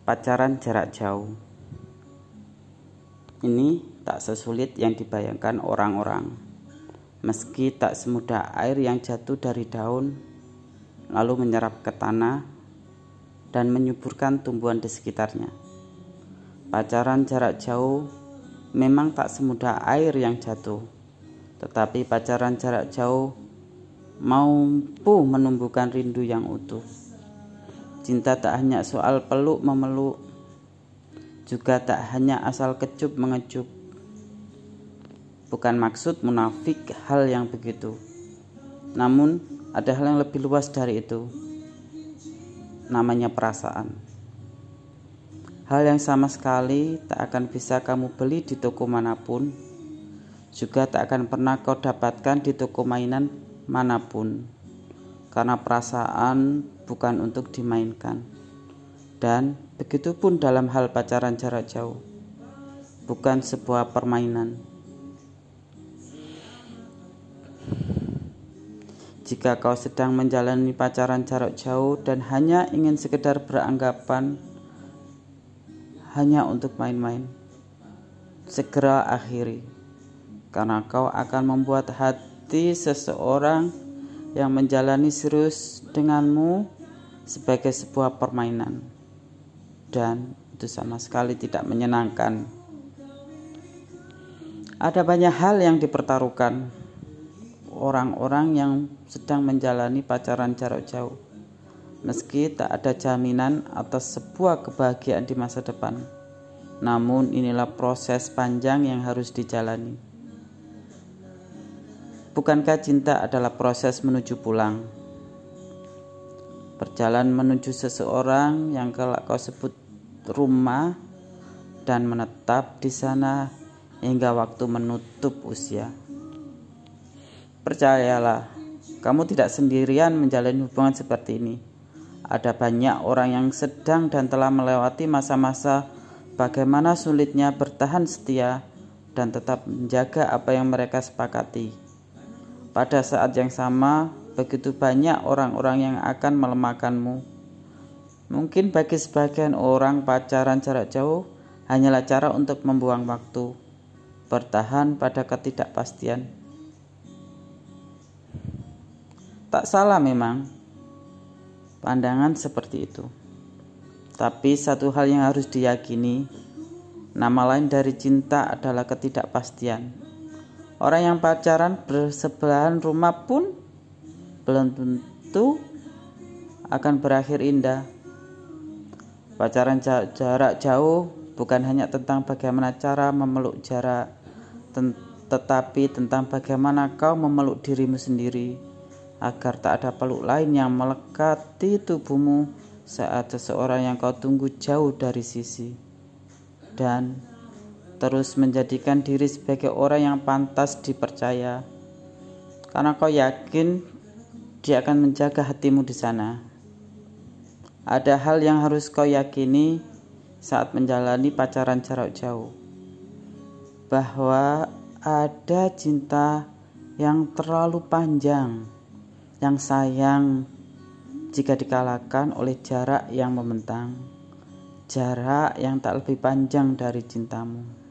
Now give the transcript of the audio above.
Pacaran jarak jauh. Ini tak sesulit yang dibayangkan orang-orang. Meski tak semudah air yang jatuh dari daun, lalu menyerap ke tanah dan menyuburkan tumbuhan di sekitarnya. Pacaran jarak jauh memang tak semudah air yang jatuh, tetapi pacaran jarak jauh mampu menumbuhkan rindu yang utuh. Cinta tak hanya soal peluk memeluk, juga tak hanya asal kecup mengecup. Bukan maksud munafik hal yang begitu, namun ada hal yang lebih luas dari itu, namanya perasaan. Hal yang sama sekali tak akan bisa kamu beli di toko manapun, juga tak akan pernah kau dapatkan di toko mainan manapun, karena perasaan bukan untuk dimainkan. Dan begitupun dalam hal pacaran jarak jauh, bukan sebuah permainan. Jika kau sedang menjalani pacaran jarak jauh dan hanya ingin sekedar beranggapan hanya untuk main-main, segera akhiri, karena kau akan membuat hati seseorang yang menjalani serius denganmu sebagai sebuah permainan, dan itu sama sekali tidak menyenangkan. Ada banyak hal yang dipertaruhkan orang-orang yang sedang menjalani pacaran jarak jauh, meski tak ada jaminan atas sebuah kebahagiaan di masa depan. Namun inilah proses panjang yang harus dijalani. Bukankah cinta adalah proses menuju pulang? Berjalan menuju seseorang yang kelak kau sebut rumah dan menetap di sana hingga waktu menutup usia. Percayalah, kamu tidak sendirian menjalani hubungan seperti ini. Ada banyak orang yang sedang dan telah melewati masa-masa bagaimana sulitnya bertahan setia dan tetap menjaga apa yang mereka sepakati. Pada saat yang sama, begitu banyak orang-orang yang akan melemahkanmu. Mungkin bagi sebagian orang pacaran jarak jauh hanyalah cara untuk membuang waktu, bertahan pada ketidakpastian. Tak salah memang pandangan seperti itu. Tapi satu hal yang harus diyakini, nama lain dari cinta adalah ketidakpastian. Orang yang pacaran bersebelahan rumah pun belum tentu akan berakhir indah. Pacaran jarak jauh bukan hanya tentang bagaimana cara memeluk jarak, tetapi tentang bagaimana kau memeluk dirimu sendiri, agar tak ada peluk lain yang melekati tubuhmu saat seseorang yang kau tunggu jauh dari sisi, dan terus menjadikan diri sebagai orang yang pantas dipercaya, karena kau yakin dia akan menjaga hatimu di sana. Ada hal yang harus kau yakini saat menjalani pacaran jarak jauh, bahwa ada cinta yang terlalu panjang, yang sayang jika dikalahkan oleh jarak yang membentang, jarak yang tak lebih panjang dari cintamu.